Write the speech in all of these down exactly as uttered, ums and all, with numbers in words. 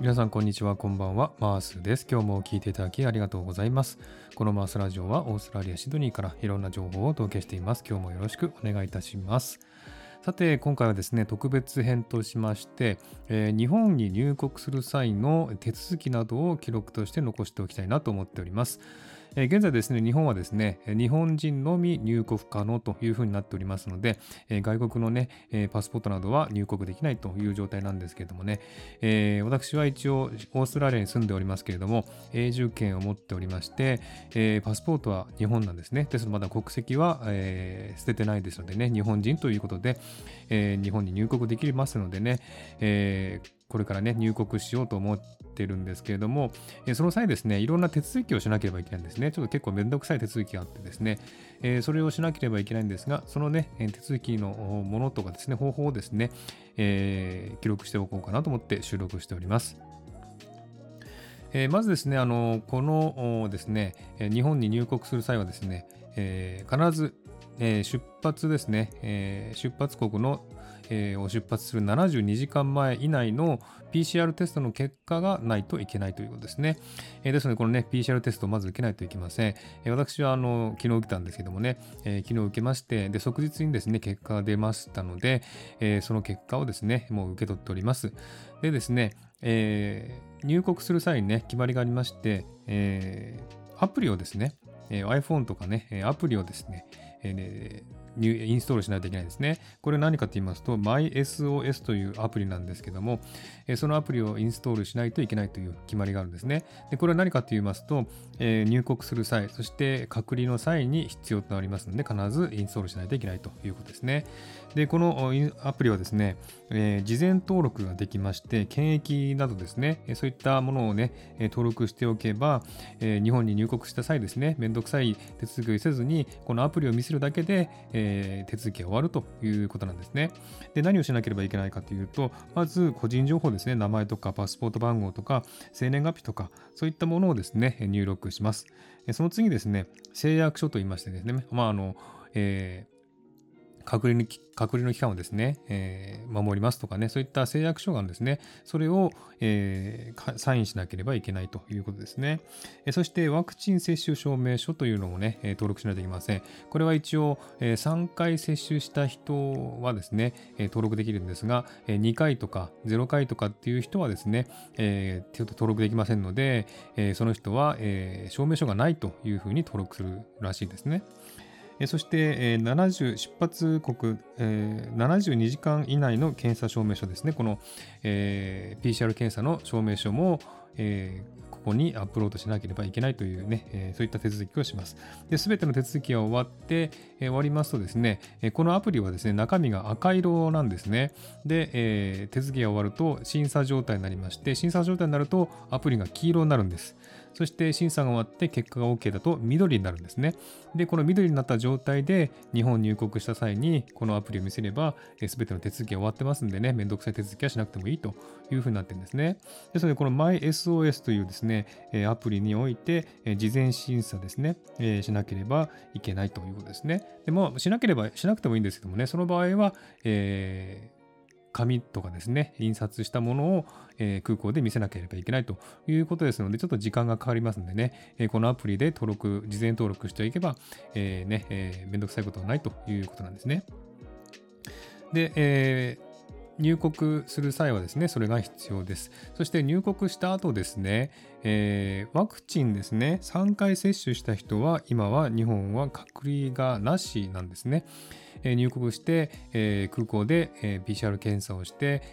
皆さんこんにちは、こんばんは。マースです。今日も聞いていただきありがとうございます。このマースラジオはオーストラリア・シドニーからいろんな情報をお届けしています。今日もよろしくお願いいたします。さて、今回はですね、特別編としまして、えー日本に入国する際の手続きなどを記録として残しておきたいなと思っております。えー現在ですね、日本はですね、えー日本人のみ入国可能というふうになっておりますので、えー外国のね、えーパスポートなどは入国できないという状態なんですけれどもね、えー私は一応オーストラリアに住んでおりますけれども、永住権を持っておりまして、えーパスポートは日本なんですね。ですのでまだ国籍は、えー捨ててないですのでね、日本人ということで、えー日本に入国できますのでね、えーこれからね、入国しようと思ってるんですけれども、えーその際ですね、いろんな手続きをしなければいけないんですね。ちょっと結構めんどくさい手続きがあってですね、えーそれをしなければいけないんですが、そのね、えー手続きのものとかですね、方法をですね、えー記録しておこうかなと思って収録しております。えーまずですね、あのこのおですね、えー日本に入国する際はですね、えー必ず、えー出発ですね、えー出発国の、えーを出発するななじゅうにじかんまえ以内の ピーシーアール テストの結果がないといけないということですね。えーですので、このね、ピーシーアール テストをまず受けないといけません。えー私はあの昨日受けたんですけどもね、えー昨日受けまして、で、即日にですね、結果が出ましたので、えーその結果をですね、もう受け取っております。でですね、えー入国する際にね、決まりがありまして、えーアプリをですね、えー iPhone とかね、えーアプリをですね、えーね入インストールしないといけないですね。これ何かと言いますと、MySOS というアプリなんですけども、えーそのアプリをインストールしないといけないという決まりがあるんですね。で、これは何かと言いますと、えー入国する際、そして隔離の際に必要となりますので、必ずインストールしないといけないということですね。で、このインアプリはですね、えー事前登録ができまして、検疫などですね、えーそういったものをね、えー登録しておけば、えー日本に入国した際ですね、めんどくさい手続きをせずに、このアプリを見せるだけで、えー手続きが終わるということなんですね。で、何をしなければいけないかというと、まず個人情報ですね、名前とかパスポート番号とか、生年月日とか、そういったものをですね、入力します。えーその次ですね、誓約書と言いましてですね、まあ、あの、えー隔離のき隔離の期間をですね、えー守りますとかね、そういった誓約書があるんですね。それを、えーかサインしなければいけないということですね。えーそしてワクチン接種証明書というのもね、えー登録しないといけません。これは一応、えーさんかい接種した人はですね、えー登録できるんですが、えーにかいとかゼロかいとかっていう人はですね、えーちょっと登録できませんので、えーその人は、えー証明書がないというふうに登録するらしいですね。えーそして、えーななじゅう出発国、えーななじゅうにじかん以内の検査証明書ですね。この、えー ピーシーアール 検査の証明書も、えーここにアップロードしなければいけないというね、えーそういった手続きをします。で、すべての手続きが終わって、えー終わりますとですね、えーこのアプリはですね、中身が赤色なんですね。で、えー手続きが終わると審査状態になりまして、審査状態になるとアプリが黄色になるんです。そして審査が終わって結果が OK だと緑になるんですね。で、この緑になった状態で日本入国した際にこのアプリを見せれば、すべての手続きが終わってますんでね、めんどくさい手続きはしなくてもいいというふうになってるんですね。ですので、この MySOS というですね、えーアプリにおいて、えー事前審査ですね、えーしなければいけないということですね。でも、しなければ、しなくてもいいんですけどもね、その場合は、えー紙とかですね、印刷したものを、えー空港で見せなければいけないということですので、ちょっと時間がかかりますんでね、えーこのアプリで登録、事前登録しておけば、えーね、えーめんどくさいことはないということなんですね。で、えー入国する際はですね、それが必要です。そして入国した後ですね、えーワクチンですね、さんかい接種した人は、今は日本は隔離がなしなんですね。えー入国して、えー空港で、えー ピーシーアール 検査をして、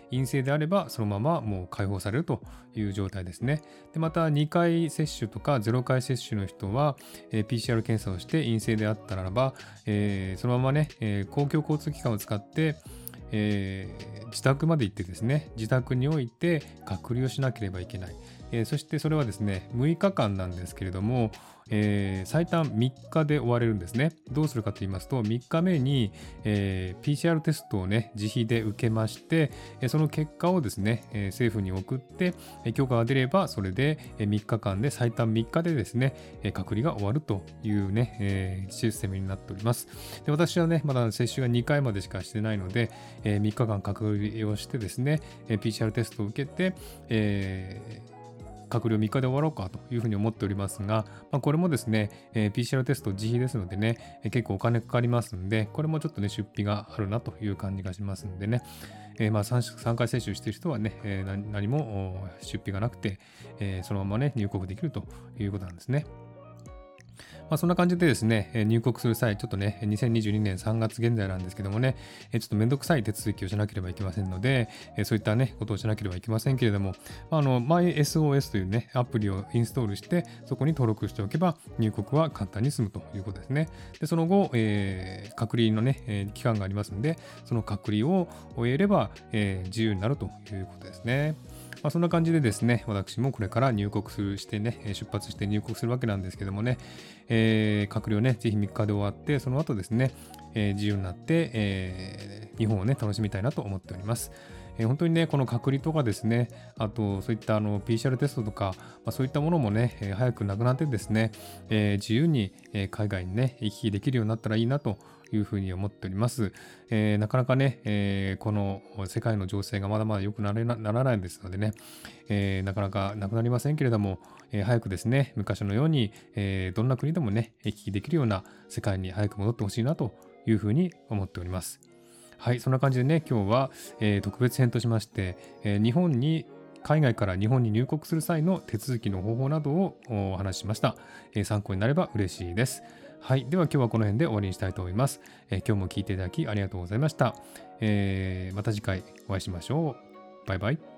陰性であればそのままもう解放されるという状態ですね。で、またにかい接種とかゼロかい接種の人は、えー ピーシーアール 検査をして陰性であったならば、えーそのままね、えー公共交通機関を使って、えー自宅まで行ってですね、自宅において隔離をしなければいけない。 えーそしてそれはですね、むいかかんなんですけれども、えー最短みっかで終われるんですね。どうするかと言いますと、みっかめに、えー ピーシーアール テストをね、自費で受けまして、えーその結果をですね、えー政府に送って、えー許可が出れば、それでえーみっかかんで、最短みっかでですね、えー隔離が終わるというね、えーシステムになっております。で、私はね、まだ接種がにかいまでしかしてないので、えーみっかかん隔離をしてですね、えー ピーシーアール テストを受けて、えー隔離をみっかで終わろうかというふうに思っておりますが、まあ、これもですね、えー ピーシーアール テスト自費ですのでね、えー結構お金かかりますんで、これもちょっとね、出費があるなという感じがしますんでね、えーまあ 3, さんかい接種している人はね、えー何何もお出費がなくて、えーそのままね、入国できるということなんですね。まあ、そんな感じでですね、えー入国する際、ちょっとね、にせんにじゅうにねんさんがつ現在なんですけどもね、えーちょっとめんどくさい手続きをしなければいけませんので、えーそういったね、ことをしなければいけませんけれども、まああの、マイエスオーエス というね、アプリをインストールして、そこに登録しておけば、入国は簡単に済むということですね。で、その後、えー隔離のね、えー期間がありますので、その隔離を終えれば、えー自由になるということですね。まあ、そんな感じでですね、私もこれから入国するしてね、出発して入国するわけなんですけどもね、えー隔離をね、ぜひみっかで終わって、その後ですね、えー自由になって、えー日本をね、楽しみたいなと思っております。えー本当にね、この隔離とかですね、あとそういったあの ピーシーアール テストとか、まあ、そういったものもね、えー早くなくなってですね、えー自由に、えー海外にね、行き来できるようになったらいいなというふうに思っております。えーなかなかね、えーこの世界の情勢がまだまだ良くなれなならないですのでね、えーなかなかなくなりませんけれども、えー早くですね、昔のように、えーどんな国でもね、行き来できるような世界に早く戻ってほしいなというふうに思っております。はい、そんな感じでね、今日は、えー特別編としまして、えー日本に海外から日本に入国する際の手続きの方法などをお話ししました。えー参考になれば嬉しいです。はい。では今日はこの辺で終わりにしたいと思います。えー今日も聞いていただきありがとうございました。えーまた次回お会いしましょう。バイバイ。